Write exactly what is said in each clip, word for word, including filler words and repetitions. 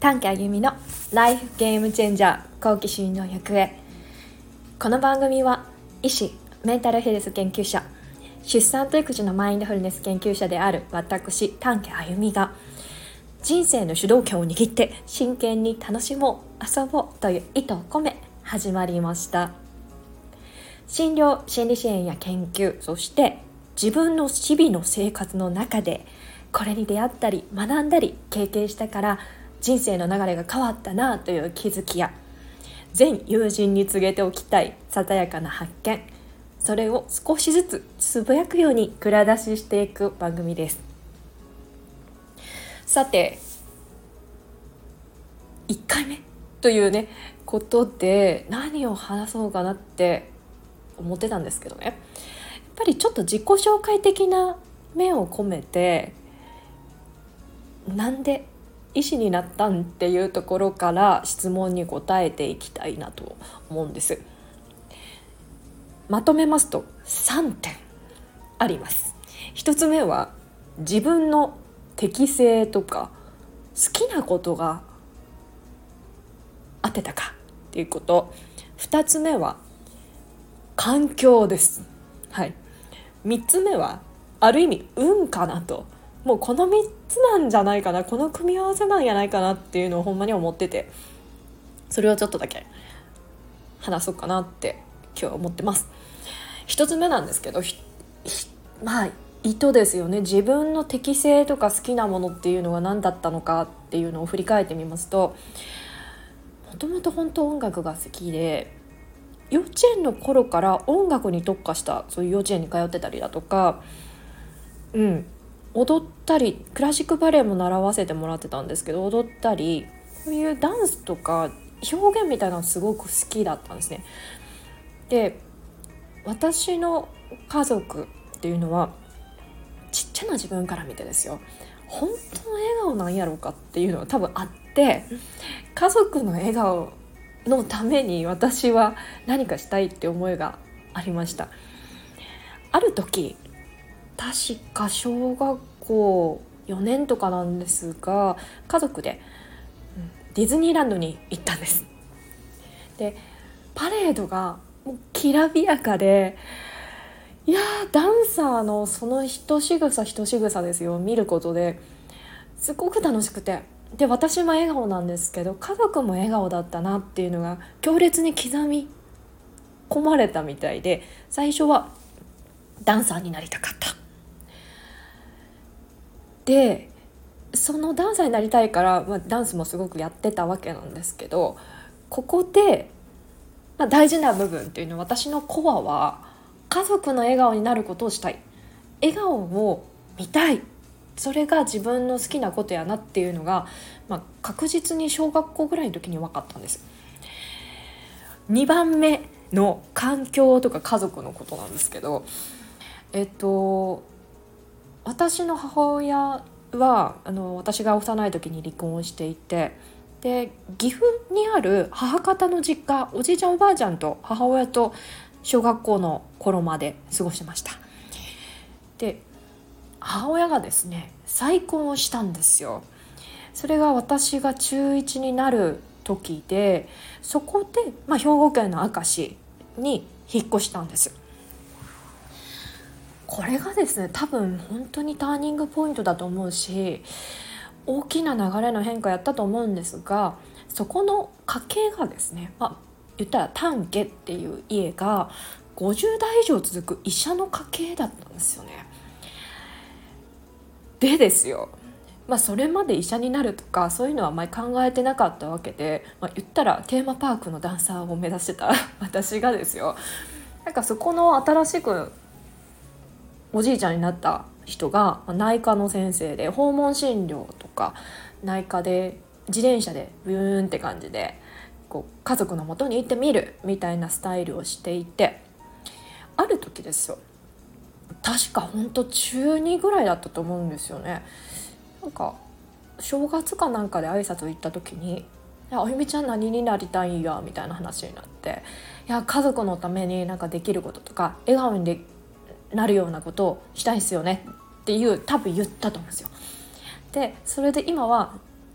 短家あゆみのライフゲームチェンジャー好奇心の行方。この番組は医師、メンタルヘルス研究者、出産と育児のマインドフルネス研究者である私短家あゆみが人生の主導権を握って真剣に楽しもう遊ぼうという意図を込め始まりました。診療、心理支援や研究、そして自分の日々の生活の中でこれに出会ったり学んだり経験したから人生の流れが変わったなという気づきや、全友人に告げておきたいささやかな発見、それを少しずつつぶやくように蔵出ししていく番組です。さていっかいめというねことで何を話そうかなって思ってたんですけどね、やっぱりちょっと自己紹介的な目を込めて、なんで医師になったんっていうところから質問に答えていきたいなと思うんです。まとめますとさんてんあります。ひとつめは自分の適性とか好きなことが合ってたかっていうこと。ふたつめは環境です。はい。みっつめはある意味運かなと、もうこのみっつなんじゃないかな、この組み合わせなんじゃないかなっていうのをほんまに思ってて、それをちょっとだけ話そうかなって今日は思ってます。一つ目なんですけど、まあ意図ですよね。自分の適性とか好きなものっていうのが何だったのかっていうのを振り返ってみますと、もともと本当音楽が好きで、幼稚園の頃から音楽に特化したそういう幼稚園に通ってたりだとか、うん踊ったりクラシックバレエも習わせてもらってたんですけど、踊ったりそういうダンスとか表現みたいなのすごく好きだったんですね。で、私の家族っていうのはちっちゃな自分から見てですよ、本当の笑顔なんやろうかっていうのが多分あって、家族の笑顔のために私は何かしたいって思いがありました。ある時、確か小学校よねんとかなんですが、家族でディズニーランドに行ったんです。で、パレードがもうきらびやかで、いやーダンサーのその一仕草一仕草ですよ、見ることですごく楽しくて、で私も笑顔なんですけど家族も笑顔だったなっていうのが強烈に刻み込まれたみたいで、最初はダンサーになりたかった。でそのダンサーになりたいから、まあ、ダンスもすごくやってたわけなんですけど、ここで、まあ、大事な部分っていうのは、私のコアは家族の笑顔になることをしたい、笑顔を見たい、それが自分の好きなことやなっていうのが、まあ、確実に小学校ぐらいの時に分かったんです。にばんめの環境とか家族のことなんですけど、えっと私の母親はあの私が幼い時に離婚をしていて、で岐阜にある母方の実家、おじいちゃんおばあちゃんと母親と小学校の頃まで過ごしてました。で母親がですね再婚をしたんですよ。それが私がちゅういちになる時で、そこで、まあ、兵庫県の明石に引っ越したんです。これがですね多分本当にターニングポイントだと思うし、大きな流れの変化やったと思うんですが、そこの家系がですね、まあ、言ったら丹家っていう家がごじゅうだい以上続く医者の家系だったんですよね。でですよ、まあ、それまで医者になるとかそういうのはあまり考えてなかったわけで、まあ、言ったらテーマパークのダンサーを目指してた私がですよ、なんかそこの新しくおじいちゃんになった人が内科の先生で、訪問診療とか内科で自転車でブーンって感じでこう家族の元に行ってみるみたいなスタイルをしていて、ある時ですよ、確か本当ちゅうにぐらいだったと思うんですよね。なんか正月かなんかで挨拶行った時に、いやあゆみちゃん何になりたいんやみたいな話になって、いや家族のためになんかできることとか笑顔にでなるようなことをしたいですよねっていう多分言ったと思うんですよ。でそれで今は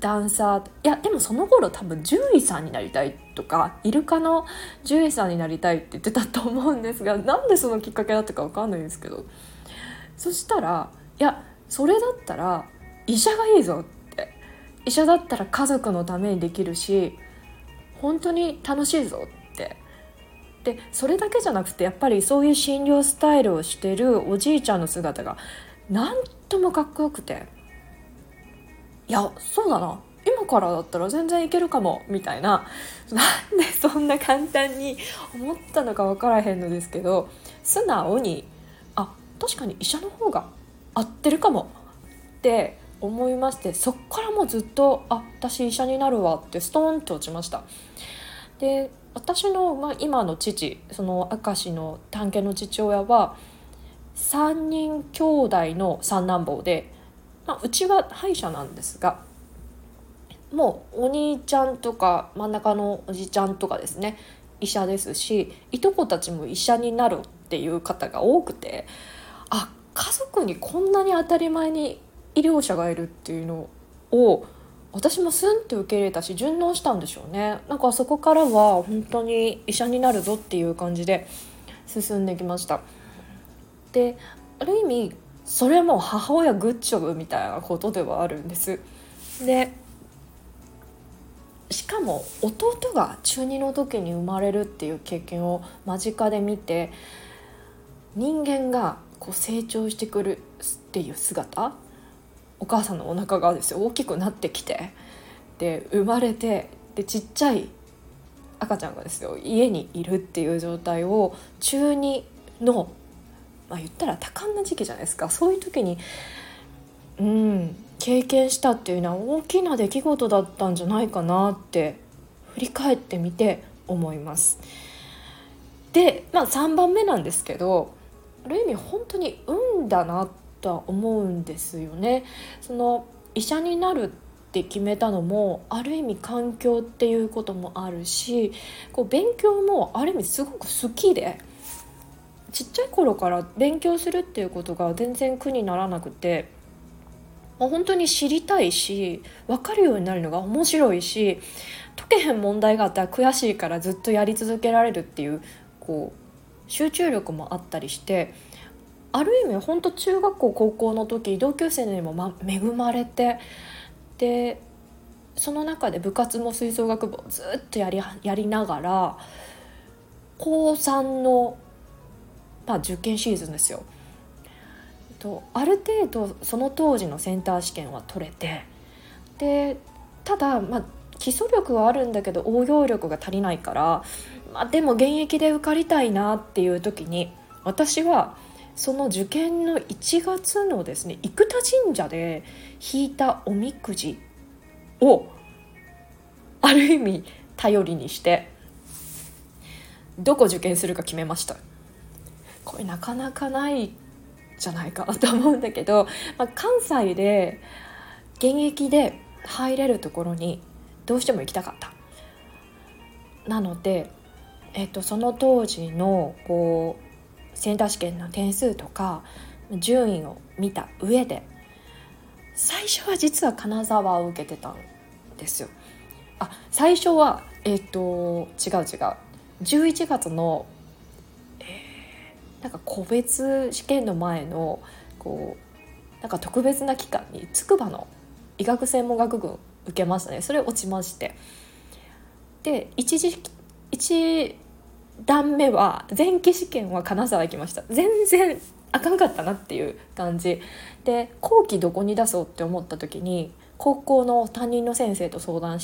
ダンサー、いやでもその頃多分獣医さんになりたいとかイルカの獣医さんになりたいって言ってたと思うんですが、なんでそのきっかけだったか分かんないんですけど、そしたらいやそれだったら医者がいいぞって、医者だったら家族のためにできるし本当に楽しいぞって。でそれだけじゃなくてやっぱりそういう診療スタイルをしてるおじいちゃんの姿がなんともかっこよくて、いやそうだな今からだったら全然いけるかもみたいな、なんでそんな簡単に思ったのか分からへんのですけど、素直にあ確かに医者の方が合ってるかもって思いまして、そっからもうずっとあ私医者になるわってストーンと落ちました。で私の、まあ、今の父、その明石の探検の父親はさんにん兄弟の三男坊で、まあ、うちは歯医者なんですが、もうお兄ちゃんとか真ん中のおじちゃんとかですね医者ですし、いとこたちも医者になるっていう方が多くて、あ家族にこんなに当たり前に医療者がいるっていうのを私もスンと受け入れたし順応したんでしょうね。なんかそこからは本当に医者になるぞっていう感じで進んできました。である意味それも母親グッジョブみたいなことではあるんです。でしかも弟が中にの時に生まれるっていう経験を間近で見て、人間がこう成長してくるっていう姿、お母さんのお腹がですよ大きくなってきて、で生まれて、でちっちゃい赤ちゃんがですよ家にいるっていう状態を中にの、まあ、言ったら多感な時期じゃないですか。そういう時にうん経験したっていうのは大きな出来事だったんじゃないかなって振り返ってみて思います。で、まあ、さんばんめなんですけど、ある意味本当に運だなとは思うんですよね。その医者になるって決めたのもある意味環境っていうこともあるし、こう勉強もある意味すごく好きで、ちっちゃい頃から勉強するっていうことが全然苦にならなくて、本当に知りたいし分かるようになるのが面白いし、解けへん問題があったら悔しいからずっとやり続けられるっていう、こう集中力もあったりして、ある意味本当中学校高校の時同級生にも、ま、恵まれて、でその中で部活も吹奏楽部をずっとやり、やりながらこうさんの、まあ、受験シーズンですよと、ある程度その当時のセンター試験は取れて、でただ、まあ、基礎力はあるんだけど応用力が足りないから、まあ、でも現役で受かりたいなっていう時に、私はその受験のいちがつのですね生田神社で引いたおみくじをある意味頼りにしてどこ受験するか決めました。これなかなかないじゃないかなと思うんだけど、まあ、関西で現役で入れるところにどうしても行きたかった。なので、えっと、その当時のこうセンター試験の点数とか順位を見た上で、最初は実は金沢を受けてたんですよ。あ最初はえっと違う違うじゅういちがつのなんか個別試験の前のこうなんか特別な期間に筑波の医学専門学群受けましたね。それ落ちまして、で一時一段目は前期試験は金沢行きました。全然あかんかったなっていう感じで、後期どこに出そうって思った時に高校の担任の先生と相談して、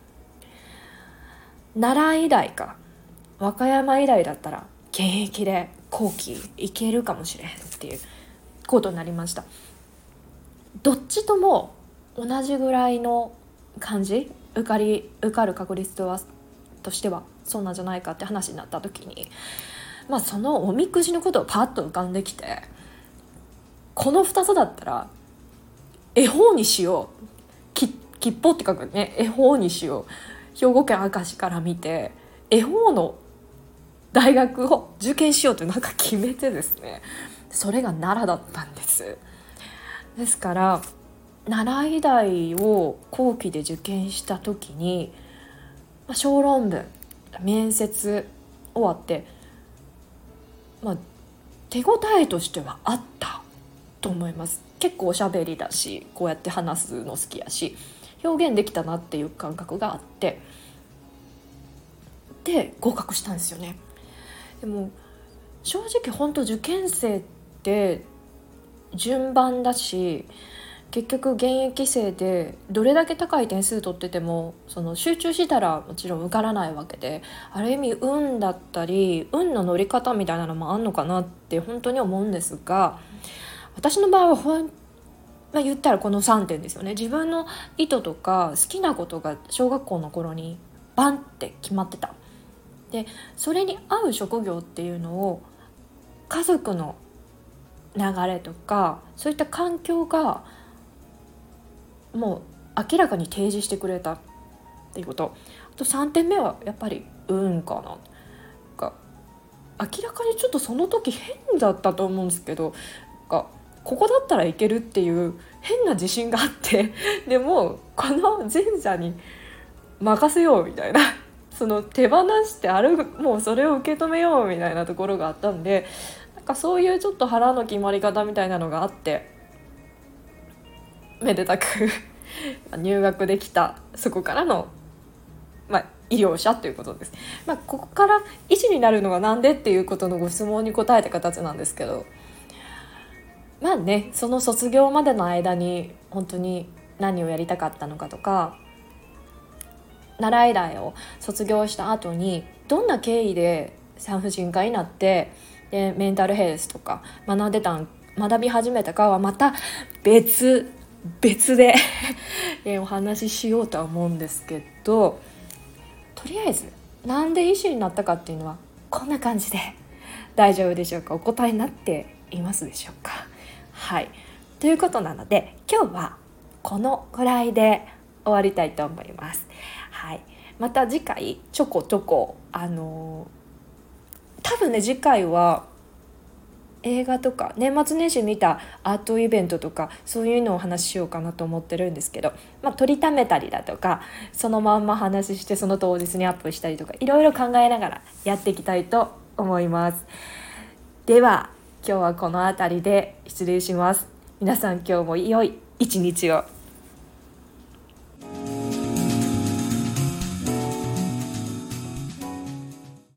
奈良医大か和歌山医大だったら現役で後期いけるかもしれんっていうことになりました。どっちとも同じぐらいの感じ、受かり受かる確率とはとしてはそうなんじゃないかって話になった時に、まあそのおみくじのことをパッと浮かんできて、このふたつだったら絵本にしよう、き吉報って書くね、絵本にしよう、兵庫県明石から見て絵本の大学を受験しようとなんか決めてですね、それが奈良だったんです。ですから習い大を後期で受験した時に、まあ、小論文面接終わって、まあ、手応えとしてはあったと思います。結構おしゃべりだし、こうやって話すの好きやし、表現できたなっていう感覚があって、で合格したんですよね。でも正直本当受験生って順番だし、結局現役生でどれだけ高い点数取ってても、その集中したらもちろん受からないわけで、ある意味運だったり運の乗り方みたいなのもあんのかなって本当に思うんですが、私の場合はほん、まあ、言ったらこのさんてんですよね。自分の意図とか好きなことが小学校の頃にバンって決まってた。でそれに合う職業っていうのを家族の流れとかそういった環境がもう明らかに提示してくれたっていうこと。あとさんてんめはやっぱり運かな。が明らかにちょっとその時変だったと思うんですけど、がここだったらいけるっていう変な自信があってでもこの前者に任せようみたいなその手放してあるもうそれを受け止めようみたいなところがあったんで、なんかそういうちょっと腹の決まり方みたいなのがあって、めでたく入学できた。そこからの、まあ、医療者ということです。まあ、ここから医師になるのがなんでっていうことのご質問に答えた形なんですけど、まあね、その卒業までの間に本当に何をやりたかったのかとか、習い大を卒業した後にどんな経緯で産婦人科になってでメンタルヘルスとか学んでたん学び始めたかはまた別別でお話ししようとは思うんですけど、とりあえずなんで医師になったかっていうのはこんな感じで大丈夫でしょうか。お答えになっていますでしょうか。はい、ということなので今日はこのくらいで終わりたいと思います。はい、また次回ちょこちょこあのー、多分ね次回は映画とか年末年始見たアートイベントとかそういうのをお話ししようかなと思ってるんですけど、まあ、撮りためたりだとかそのまんま話してその当日にアップしたりとかいろいろ考えながらやっていきたいと思います。では今日はこの辺りで失礼します。皆さん今日も良い一日を。